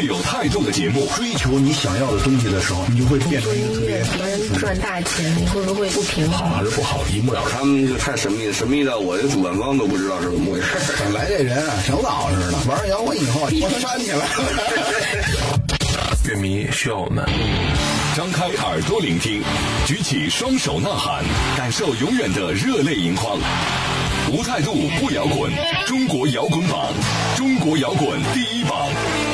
最有态度的节目。 追求你想要的东西的时候，你就会变成一个特别能赚大钱，你会不会不平衡？ 好还是不好，一目了然。 他们就太神秘，神秘到我的主办方都不知道是怎么回事。 本来这人啊，挺老实的，玩摇滚以后，我煽起来了。 乐迷需要我们张开耳朵聆听，举起双手呐喊，感受永远的热泪盈眶。无态度不摇滚，中国摇滚榜，中国摇滚第一榜。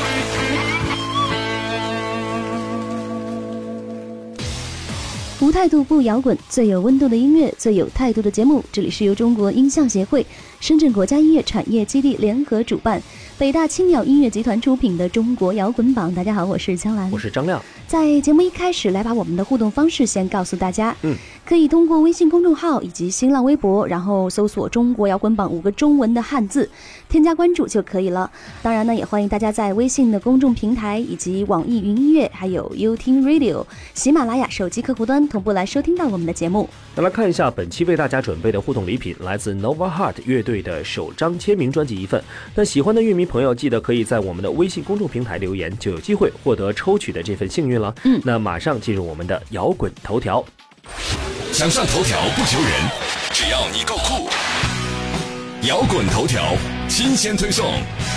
无态度不摇滚，最有温度的音乐，最有态度的节目。这里是由中国音像协会、深圳国家音乐产业基地联合主办，北大青鸟音乐集团出品的中国摇滚榜。大家好，我是江兰， 我是张亮。 在节目一开始，来把我们的互动方式先告诉大家。可以通过微信公众号以及新浪微博，然后搜索中国摇滚榜5个中文的汉字，添加关注就可以了。当然呢，也欢迎大家在微信的公众平台以及网易云音乐，还有优听 Radio、喜马拉雅手机客户端同步来收听到我们的节目。 那来看一下本期为大家准备的互动礼品，来自 Nova Heart 乐队的首张签名专辑一份。那喜欢的乐迷朋友记得可以在我们的微信公众平台留言，就有机会获得抽取的这份幸运了。那马上进入我们的摇滚头条。 想上头条不求人，只要你够酷。摇滚头条新鲜推送。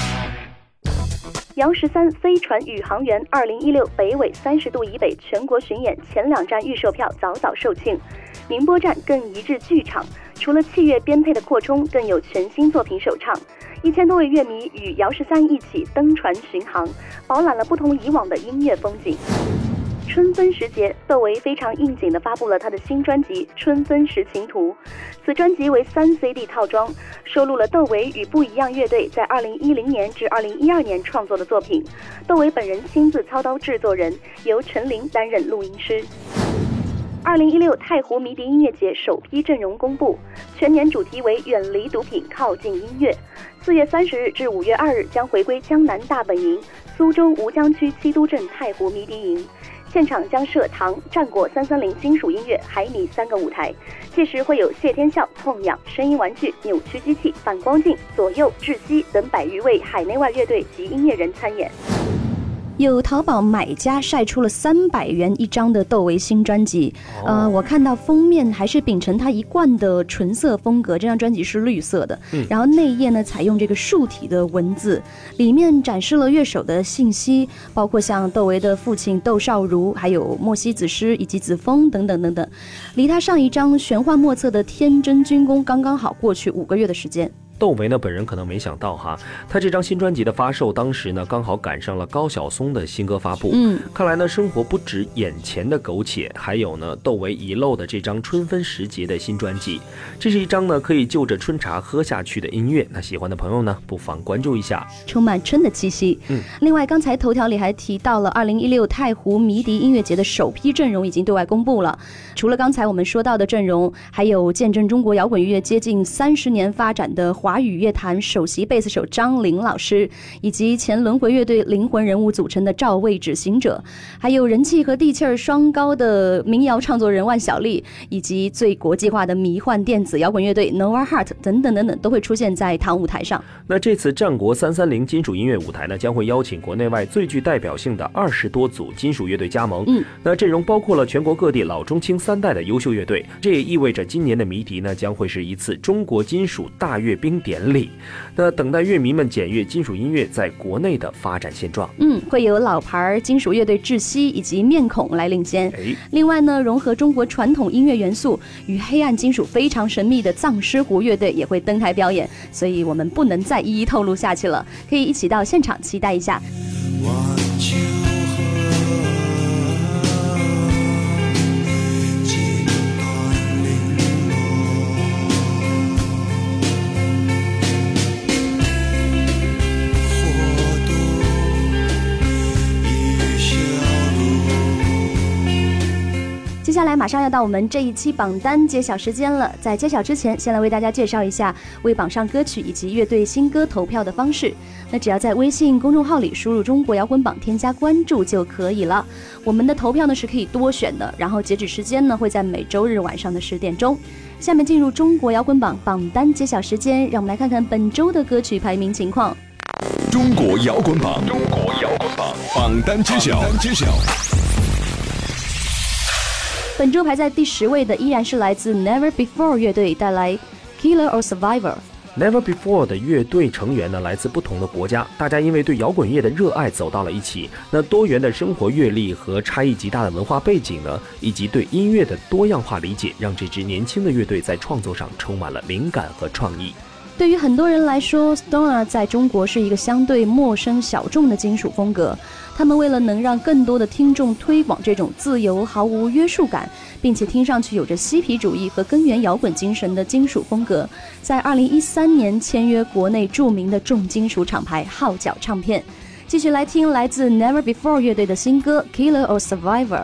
姚13飞船宇航员2016北纬30度以北全国巡演前2站预售票早早售罄，宁波站更移至剧场，除了器乐编配的扩充，更有全新作品首唱。1000多位乐迷与姚13一起登船巡航，饱览了不同以往的音乐风景。春分时节，窦唯非常应景地发布了他的新专辑《春分时晴图》。此专辑为3 CD 套装，收录了窦唯与不一样乐队在2010年至2012年创作的作品。窦唯本人亲自操刀制作人，由陈琳担任录音师。2016太湖迷笛音乐节首批阵容公布，全年主题为远离毒品，靠近音乐。4月30日至5月2日将回归江南大本营、苏州吴江区七都镇太湖迷笛营。现场将设唐、战果330金属音乐、海米3个舞台，届时会有谢天笑、痛痒、声音玩具、扭曲机器、反光镜、左右、窒息等100余位海内外乐队及音乐人参演。有淘宝买家晒出了300元一张的窦唯新专辑，我看到封面还是秉承他一贯的纯色风格，这张专辑是绿色的，然后内页呢采用这个竖体的文字，里面展示了乐手的信息，包括像窦唯的父亲窦少儒，还有莫西子诗以及子枫等等等等，离他上一张玄幻莫测的天真军工刚刚好过去5个月的时间。 窦唯呢本人可能没想到哈，他这张新专辑的发售当时呢刚好赶上了高晓松的新歌发布。看来呢生活不止眼前的苟且，还有呢窦唯遗漏的这张春分时节的新专辑。这是一张呢可以就着春茶喝下去的音乐，那喜欢的朋友呢不妨关注一下， 充满春的气息。另外刚才头条里还提到了2016太湖迷笛音乐节的首批阵容已经对外公布了，除了刚才我们说到的阵容，还有见证中国摇滚乐接近30年发展的华语乐坛首席贝斯手张琳老师，以及前轮回乐队灵魂人物组成的赵魏执行者，还有人气和地气儿双高的民谣创作人万晓利，以及最国际化的迷幻电子摇滚乐队 Nova Heart 等等等等，都会出现在唐舞台上。 那这次战国330金属音乐舞台呢，将会邀请国内外最具代表性的20多组金属乐队加盟。那阵容包括了全国各地老中青3代的优秀乐队，这也意味着今年的迷笛呢，将会是一次中国金属大阅兵典礼。那等待乐迷们检阅金属音乐在国内的发展现状。 会有老牌金属乐队窒息以及面孔来领先。另外呢，融合中国传统音乐元素与黑暗金属非常神秘的藏狮湖乐队也会登台表演，所以我们不能再一一透露下去了，可以一起到现场期待一下。接下来马上要到我们这一期榜单揭晓时间了，在揭晓之前，先来为大家介绍一下为榜上歌曲以及乐队新歌投票的方式。那只要在微信公众号里输入中国摇滚榜添加关注就可以了。我们的投票呢是可以多选的，然后截止时间呢会在每周日晚上的10点钟。下面进入中国摇滚榜榜单揭晓时间，让我们来看看本周的歌曲排名情况。 中国摇滚榜，中国摇滚榜单揭晓。 本周排在第10位的依然是来自 Never Before 乐队带来 Killer or Survivor。Never Before 的乐队成员呢来自不同的国家，大家因为对摇滚乐的热爱走到了一起。那多元的生活阅历和差异极大的文化背景呢，以及对音乐的多样化理解，让这支年轻的乐队在创作上充满了灵感和创意。 对于很多人来说 Stoner 在中国是一个相对陌生小众的金属风格，他们为了能让更多的听众推广这种自由毫无约束感并且听上去有着嬉皮主义和根源摇滚精神的金属风格，在2013年签约国内著名的重金属厂牌号角唱片。继续来听来自 Never Before 乐队的新歌 Killer or Survivor。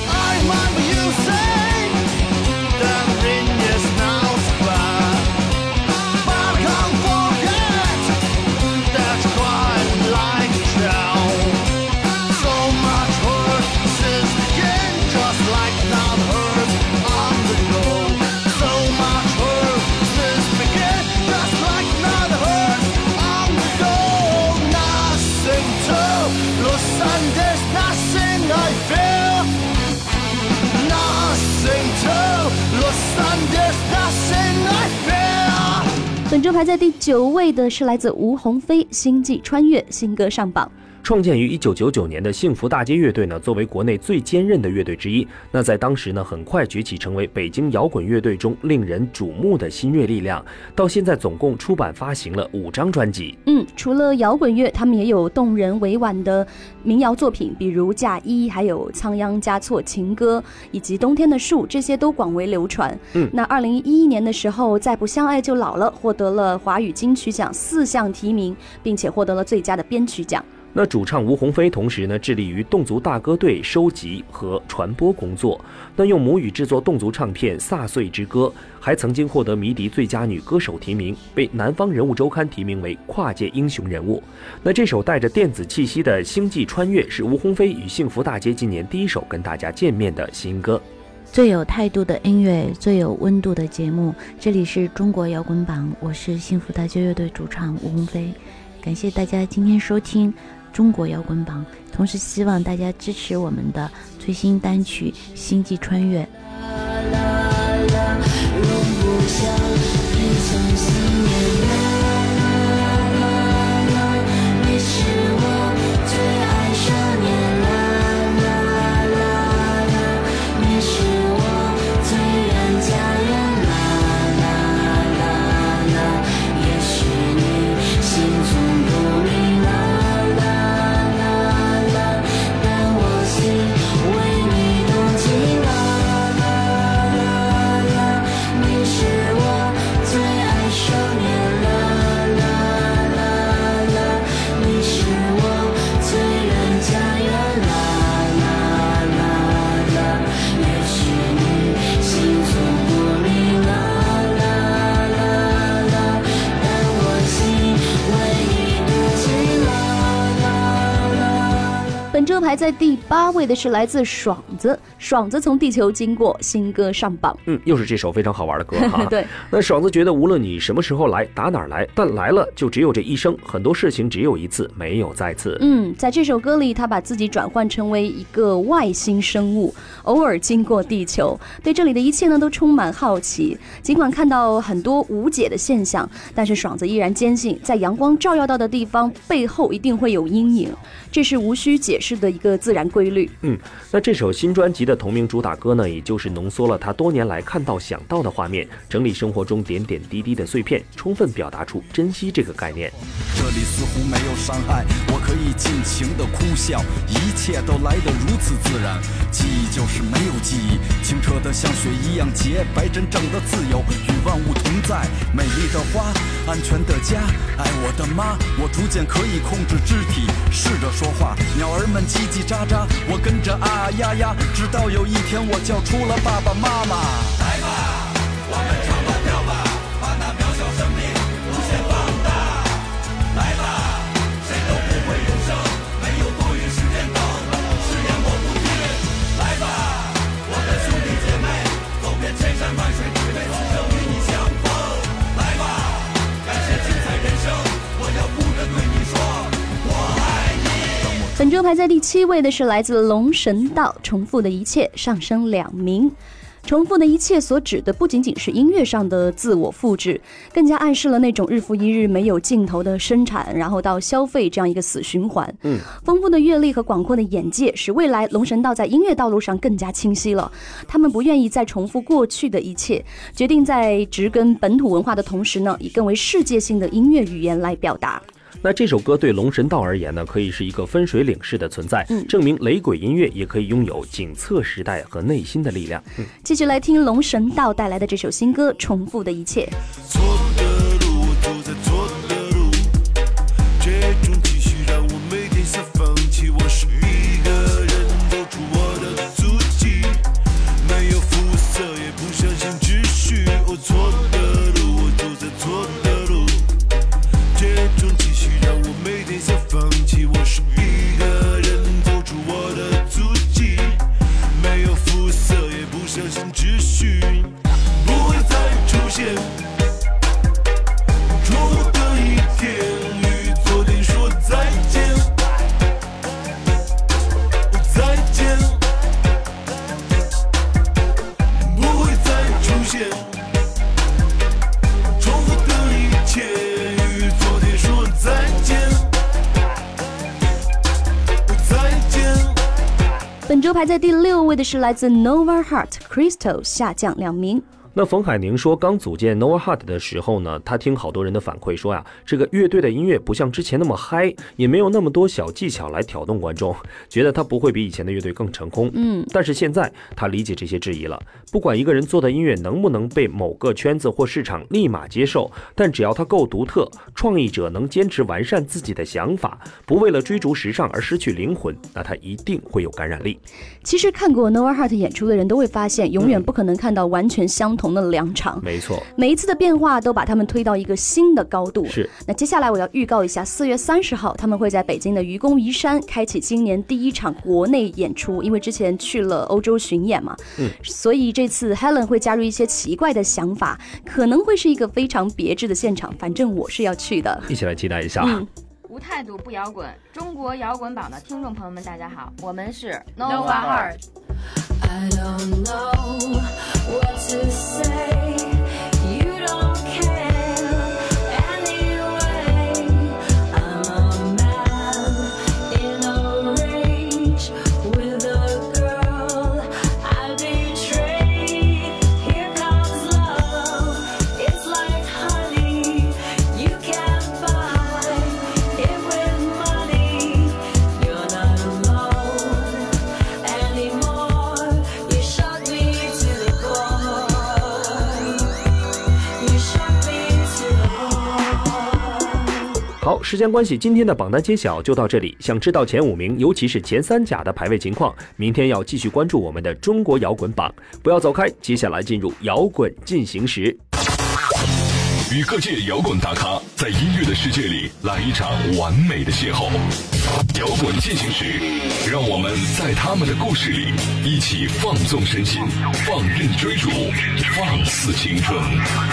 本周排在第9位的是来自吴鸿飞《星际穿越》新歌上榜。 创建于1999年的幸福大街乐队呢，作为国内最坚韧的乐队之一，那在当时呢，很快崛起成为北京摇滚乐队中令人瞩目的新锐力量。到现在总共出版发行了5张专辑。 除了摇滚乐，他们也有动人委婉的民谣作品，比如《嫁衣》，还有《仓央嘉措情歌》，以及《冬天的树》，这些都广为流传。那2011年的时候，《再不相爱就老了》获得了华语金曲奖4项提名，并且获得了最佳的编曲奖。 那主唱吴鸿飞同时呢，致力于侗族大歌队收集和传播工作。那用母语制作侗族唱片《萨岁之歌》，还曾经获得迷笛最佳女歌手提名，被南方人物周刊提名为跨界英雄人物。那这首带着电子气息的《星际穿越》是吴鸿飞与幸福大街今年第一首跟大家见面的新歌。 最有态度的音乐，最有温度的节目，这里是中国摇滚榜，我是幸福大街乐队主唱吴鸿飞。感谢大家今天收听中国摇滚榜，同时希望大家支持我们的最新单曲《星际穿越》。 本周排在第8位的是来自爽子，爽子从地球经过新歌上榜。 又是这首非常好玩的歌哈。 对， 那爽子觉得无论你什么时候来，打哪儿来，但来了就只有这一生，很多事情只有一次，没有再次。 在这首歌里，他把自己转换成为一个外星生物，偶尔经过地球，对这里的一切呢都充满好奇。尽管看到很多无解的现象，但是爽子依然坚信，在阳光照耀到的地方，背后一定会有阴影，这是无需解释的一个自然规律。 那这首新专辑的同名主打歌呢，也就是浓缩了他多年来看到想到的画面，整理生活中点点滴滴的碎片，充分表达出珍惜这个概念。 这里似乎没有伤害，我可以尽情的哭笑，一切都来得如此自然。记忆就是没有记忆，清澈的像雪一样洁白，真正的自由与万物同在。美丽的花，安全的家，爱我的妈，我逐渐可以控制肢体，试着说话，鸟儿们叽叽喳喳，我跟着啊呀呀，直到有一天我叫出了爸爸妈妈。来吧，我们唱吧跳吧，把那渺小生命无限放大。来吧，谁都不会永生，没有多余时间等，誓言我不渝。来吧，我的兄弟姐妹，走遍千山万水，只为此生与你相逢。来吧，感谢精彩人生，我要哭着对你说我爱你。当我本周排在第7位的是来自龙神道，重复的一切上升2名。重复的一切所指的不仅仅是音乐上的自我复制，更加暗示了那种日复一日没有尽头的生产，然后到消费这样一个死循环。丰富的阅历和广阔的眼界使未来龙神道在音乐道路上更加清晰了。他们不愿意再重复过去的一切，决定在植根本土文化的同时呢，以更为世界性的音乐语言来表达。 那这首歌对龙神道而言呢，可以是一个分水岭式的存在，证明雷鬼音乐也可以拥有检测时代和内心的力量。 继续来听龙神道带来的这首新歌《重复的一切》。 错的路，我走在错的路，这种继续让我每天想放弃。我是一个人走出我的足迹，没有肤色，也不相信秩序。我错的路，我走在错的路，这种继续让我每天想放弃。我是一个人走出我的足迹，没有肤色，也不相信秩序，不会再出现。重复的一天，与昨天说再见，再见，不会再出现。重复的一切，与昨天说再见，再见。 本周排在第6位的是来自 Nova Heart Crystal， 下降2名。 那冯海宁说，刚组建 Nova Heart 的时候呢，他听好多人的反馈说呀，这个乐队的音乐不像之前那么嗨，也没有那么多小技巧来挑动观众，觉得他不会比以前的乐队更成功。但是现在他理解这些质疑了。不管一个人做的音乐能不能被某个圈子或市场立马接受，但只要他够独特，创意者能坚持完善自己的想法，不为了追逐时尚而失去灵魂，那他一定会有感染力。 其实看过 Nova Heart 演出的人都会发现，永远不可能看到完全相同的2场。 没错， 每一次的变化都把他们推到一个新的高度。 是。 那接下来我要预告一下，4月30号他们会在北京的愚公移山开启今年第1场国内演出，因为之前去了欧洲巡演嘛。所以这次 Helen 会加入一些奇怪的想法，可能会是一个非常别致的现场，反正我是要去的， 一起来期待一下。 无态度不摇滚，中国摇滚榜的听众朋友们，大家好，我们是 Nova Heart。I don't know what to say, you don't care anyway. I'm a man in a rage with a girl I betrayed. Here comes love, it's like honey, you can't buy it with money. You're not alone anymore. You shock me to the core. You shock me to the core. 好，时间关系，今天的榜单揭晓就到这里。想知道前5名，尤其是前3甲的排位情况，明天要继续关注我们的中国摇滚榜。不要走开，接下来进入摇滚进行时。 与各界摇滚大咖在音乐的世界里来一场完美的邂逅。摇滚进行时，让我们在他们的故事里一起放纵身心，放任追逐，放肆青春。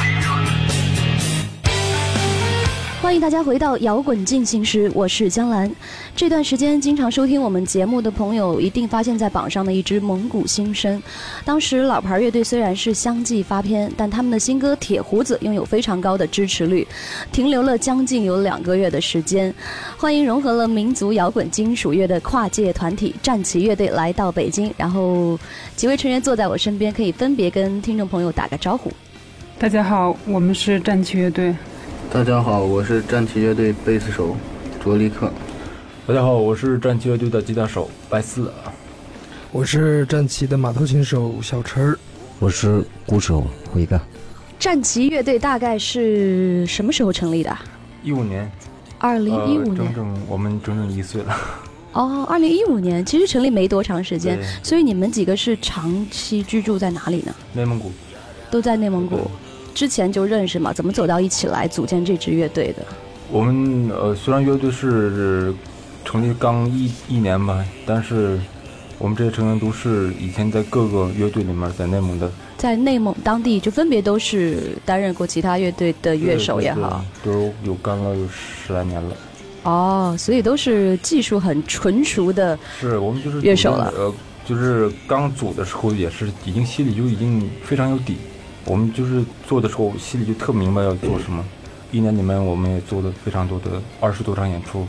欢迎大家回到摇滚进行时，我是江兰。这段时间经常收听我们节目的朋友一定发现在榜上的一支蒙古新生。当时老牌乐队虽然是相继发片，但他们的新歌《铁胡子》拥有非常高的支持率，停留了将近有2个月的时间。欢迎融合了民族摇滚金属乐的跨界团体战旗乐队来到北京，然后几位成员坐在我身边，可以分别跟听众朋友打个招呼。 大家好，我们是战旗乐队。 大家好，我是战旗乐队贝斯手卓利克。 大家好，我是战旗乐队的吉他手白四。 我是战旗的马头琴手小陈儿。 我是鼓手辉哥。 战旗乐队大概是什么时候成立的 ？15年。 2015年。 我们整整1岁了。 哦，2015年，其实成立没多长时间，所以你们几个是长期居住在哪里呢？ 内蒙古。 都在内蒙古。之前就认识嘛？怎么走到一起来组建这支乐队的？ 我们虽然乐队是成立刚一年吧，但是我们这些成员都是以前在各个乐队里面在内蒙的， 在内蒙当地就分别都是担任过其他乐队的乐手也好， 都有干了有10来年了。 哦，所以都是技术很纯熟的， 是我们就是乐手了。 就是刚组的时候也是已经心里就已经非常有底，我们就是做的时候心里就特明白要做什么。1年里面我们也做了非常多的20多场演出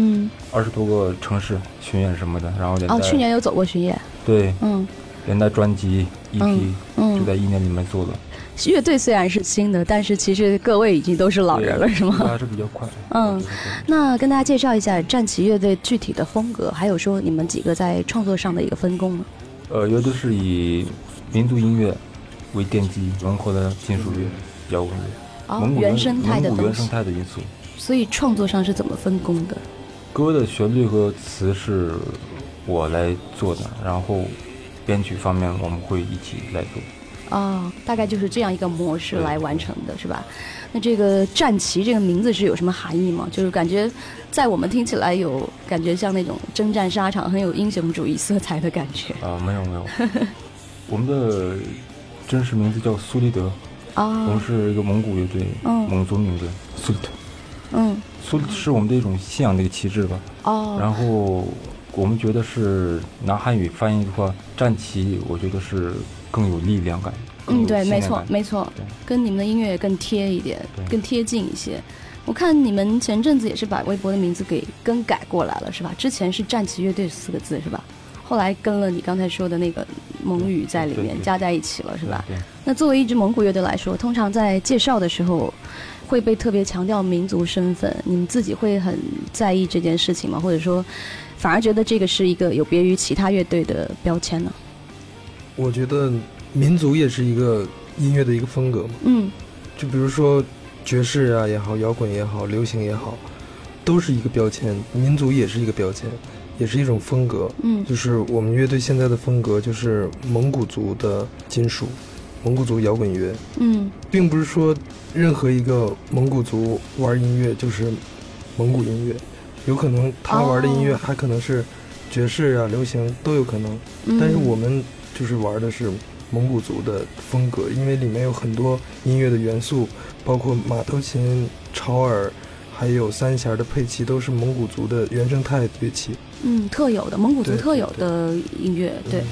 ，20多个城市巡演什么的，然后连带去年有走过巡演， 对，连带专辑 EP，就在1年里面做了。 乐队虽然是新的，但是其实各位已经都是老人了，是吗？ 还是比较快。 那跟大家介绍一下战旗乐队具体的风格，还有说你们几个在创作上的一个分工呢？ 乐队是以民族音乐为奠基，融合了金属乐、摇滚乐、 原生态的东西， 原生态的因素。 所以创作上是怎么分工的？ 歌的旋律和词是我来做的，然后编曲方面我们会一起来做。 大概就是这样一个模式来完成的，是吧？那这个战旗这个名字是有什么含义吗？就是感觉在我们听起来有感觉像那种征战沙场，很有英雄主义色彩的感觉。 没有我们的真实名字叫苏利德，我们是一个蒙古乐队，蒙族名字苏利德。苏利是我们的一种信仰的一个旗帜吧。然后我们觉得是拿汉语翻译的话，战旗我觉得是更有力量感。 对，没错，跟你们的音乐也更贴一点，更贴近一些。我看你们前阵子也是把微博的名字给更改过来了，是吧？之前是战旗乐队4个字，是吧？后来跟了你刚才说的那个蒙语在里面加在一起了，是吧？那作为一支蒙古乐队来说，通常在介绍的时候会被特别强调民族身份，你们自己会很在意这件事情吗？或者说反而觉得这个是一个有别于其他乐队的标签呢？ 我觉得民族也是一个音乐的一个风格嘛。就比如说爵士啊也好，摇滚也好，流行也好，都是一个标签，民族也是一个标签，也是一种风格。就是我们乐队现在的风格就是蒙古族的金属，蒙古族摇滚乐。并不是说任何一个蒙古族玩音乐就是蒙古音乐，有可能他玩的音乐还可能是爵士啊、流行都有可能。但是我们就是玩的是蒙古族的风格，因为里面有很多音乐的元素，包括马头琴、潮耳，还有三弦的配器，都是蒙古族的原生态乐器。 特有的蒙古族特有的音乐，对。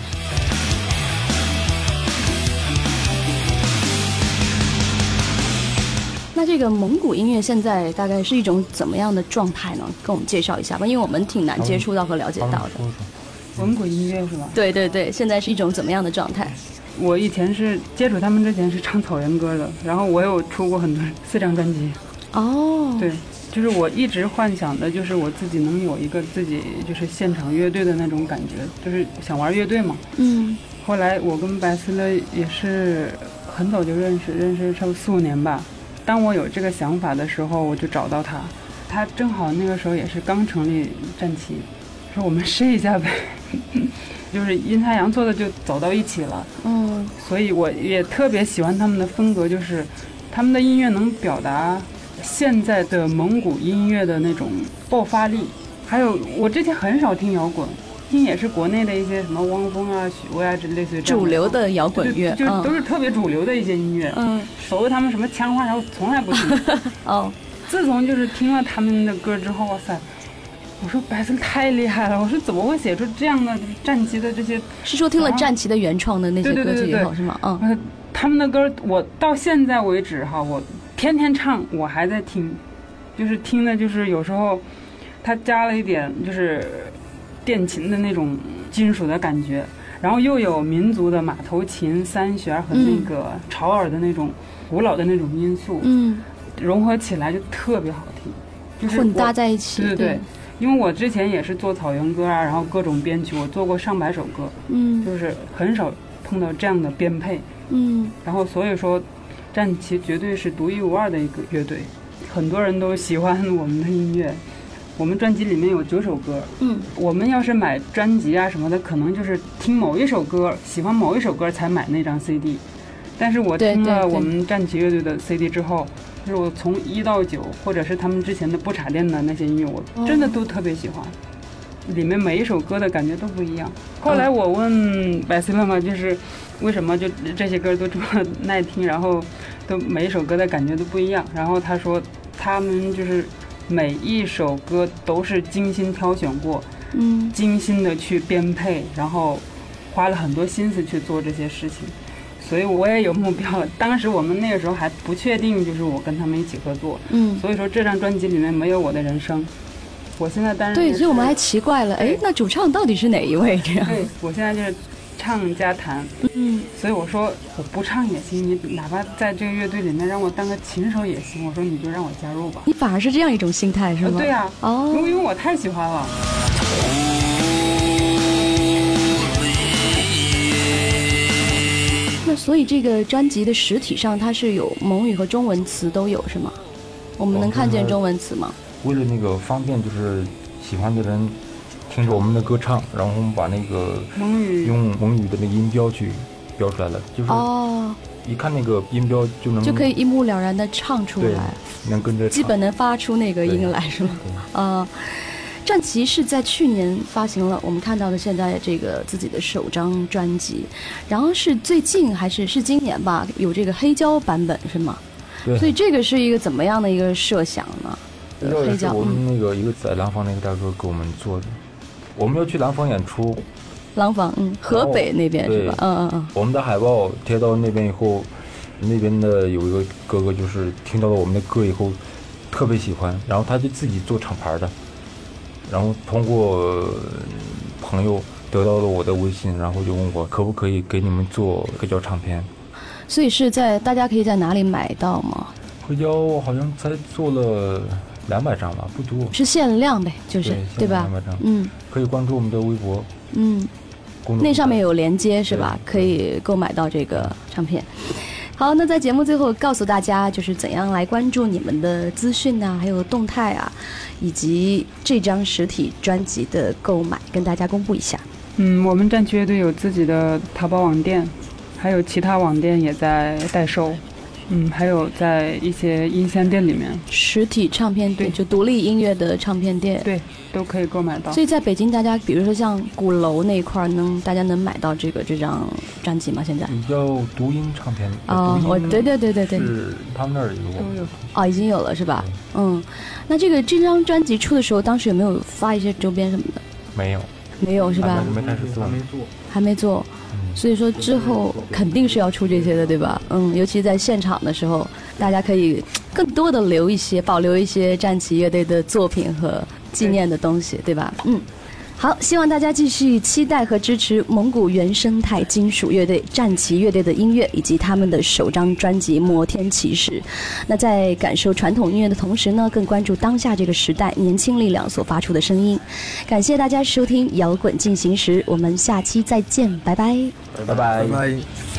那这个蒙古音乐现在大概是一种怎么样的状态呢？跟我们介绍一下吧，因为我们挺难接触到和了解到的。 蒙古音乐是吧？ 对，现在是一种怎么样的状态？ 我以前是接触他们之前是唱草原歌的，然后我有出过很多4张专辑。对，就是我一直幻想的就是我自己能有一个自己就是现场乐队的那种感觉，就是想玩乐队嘛。后来我跟白思乐也是很早就认识差不多4、5年吧。当我有这个想法的时候，我就找到他正好那个时候也是刚成立战旗，说我们试一下呗。就是阴差阳错的就走到一起了。所以我也特别喜欢他们的风格，就是他们的音乐能表达现在的蒙古音乐的那种爆发力。还有我之前很少听摇滚，听也是国内的一些什么汪峰啊、许巍啊，这类似于主流的摇滚乐， 就都是特别主流的一些音乐。所谓他们什么枪花啥，我从来不听。自从就是听了他们的歌之后，哇塞！我说白森太厉害了，我说怎么会写出这样的战旗的这些？ 是说听了战旗的原创的那些歌曲以后是吗？ 他们的歌我到现在为止我天天唱，我还在听，就是听的就是有时候他加了一点就是电琴的那种金属的感觉，然后又有民族的马头琴、三弦和那个潮耳的那种古老的那种因素，融合起来就特别好听，就是混搭在一起。 对。因为我之前也是做草原歌啊，然后各种编曲，我做过上百首歌，就是很少碰到这样的编配，然后所以说，战旗绝对是独一无二的一个乐队，很多人都喜欢我们的音乐。我们专辑里面有9首歌，我们要是买专辑啊什么的，可能就是听某一首歌，喜欢某一首歌才买那张 CD， 但是我听了我们战旗乐队的 CD 之后。就是我从1到9，或者是他们之前的不插电的那些音乐，我真的都特别喜欢。里面每一首歌的感觉都不一样。后来我问白思乐嘛，就是为什么就这些歌都这么耐听，然后都每一首歌的感觉都不一样。然后他说他们就是每一首歌都是精心挑选过，精心的去编配，然后花了很多心思去做这些事情。所以我也有目标了。当时我们那个时候还不确定，就是我跟他们一起合作。所以说这张专辑里面没有我的人声。我现在担任对，所以我们还奇怪了，哎，那主唱到底是哪一位？这样。 对，我现在就是唱加弹。所以我说我不唱也行，你哪怕在这个乐队里面让我当个琴手也行。我说你就让我加入吧。 你反而是这样一种心态是吗？ 对呀。因为我太喜欢了。 那所以这个专辑的实体上它是有蒙语和中文词都有是吗？我们能看见中文词吗？ 为了那个方便，就是喜欢的人听着我们的歌唱，然后我们把那个用蒙语的那个音标去标出来了，就是一看那个音标就可以一目了然的唱出来， 能跟着基本能发出那个音来是吗？战旗是在去年发行了我们看到的现在这个自己的首张专辑，然后是最近还是今年吧，有这个黑胶版本是吗？对。所以这个是一个怎么样的一个设想呢？黑胶我们那个一个在廊坊那个大哥给我们做的，我们要去廊坊演出。 廊坊，河北那边是吧？ 我们的海报贴到那边以后，那边的有一个哥哥就是听到了我们的歌以后特别喜欢，然后他就自己做厂牌的。然后通过朋友得到了我的微信，然后就问我可不可以给你们做黑胶唱片。 所以是大家可以在哪里买到吗？ 黑胶好像才做了200张吧，不多。 是限量呗，就是对吧 ？200张。可以关注我们的微博。 那上面有连接是吧？可以购买到这个唱片。好，那在节目最后告诉大家，就是怎样来关注你们的资讯啊，还有动态啊，以及这张实体专辑的购买，跟大家公布一下。 我们战旗乐队有自己的淘宝网店，还有其他网店也在代售。还有在一些音像店里面， 实体唱片店，就独立音乐的唱片店， 对，都可以购买到。 所以在北京，大家比如说像鼓楼那一块大家能买到这张专辑吗？现在叫读音唱片对， 是他们那儿有已经有了是吧？那这张专辑出的时候，当时有没有发一些周边什么的？ 没有是吧？ 没开始做， 还没做。所以说之后肯定是要出这些的，对吧？尤其在现场的时候，大家可以更多的保留一些战旗乐队的作品和纪念的东西，对吧？好，希望大家继续期待和支持蒙古原生态金属乐队战旗乐队的音乐，以及他们的首张专辑《摩天骑士》。那在感受传统音乐的同时呢，更关注当下这个时代年轻力量所发出的声音。感谢大家收听摇滚进行时，我们下期再见，拜拜， 拜拜，拜拜。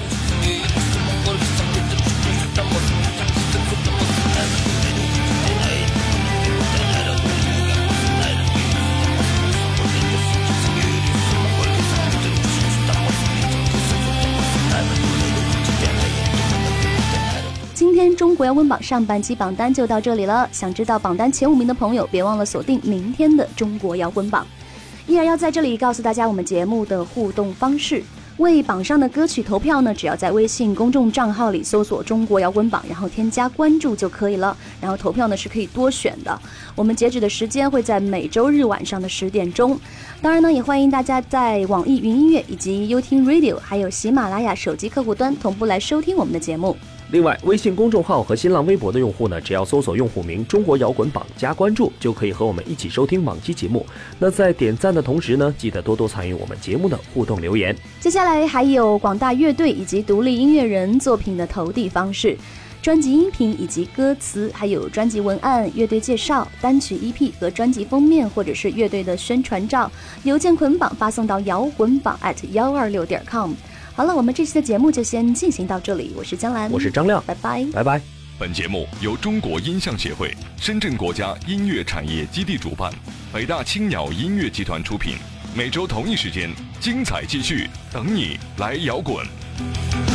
今天中国摇滚榜上半期榜单就到这里了，想知道榜单前5名的朋友，别忘了锁定明天的中国摇滚榜。依然要在这里告诉大家我们节目的互动方式，为榜上的歌曲投票呢，只要在微信公众账号里搜索中国摇滚榜，然后添加关注就可以了。然后投票呢是可以多选的，我们截止的时间会在每周日晚上的10点钟。当然呢，也欢迎大家在网易云音乐以及优听 Radio 还有喜马拉雅手机客户端同步来收听我们的节目。 另外，微信公众号和新浪微博的用户呢，只要搜索用户名中国摇滚榜加关注，就可以和我们一起收听往期节目。那在点赞的同时呢，记得多多参与我们节目的互动留言。 接下来还有广大乐队以及独立音乐人作品的投递方式，专辑音频以及歌词，还有专辑文案、乐队介绍、单曲 EP 和专辑封面，或者是乐队的宣传照，邮件捆绑发送到摇滚榜@126.com。好了，我们这期的节目就先进行到这里。我是江兰， 我是张亮， 拜拜， 拜拜。 本节目由中国音像协会、深圳国家音乐产业基地主办，北大青鸟音乐集团出品。每周同一时间，精彩继续，等你来摇滚。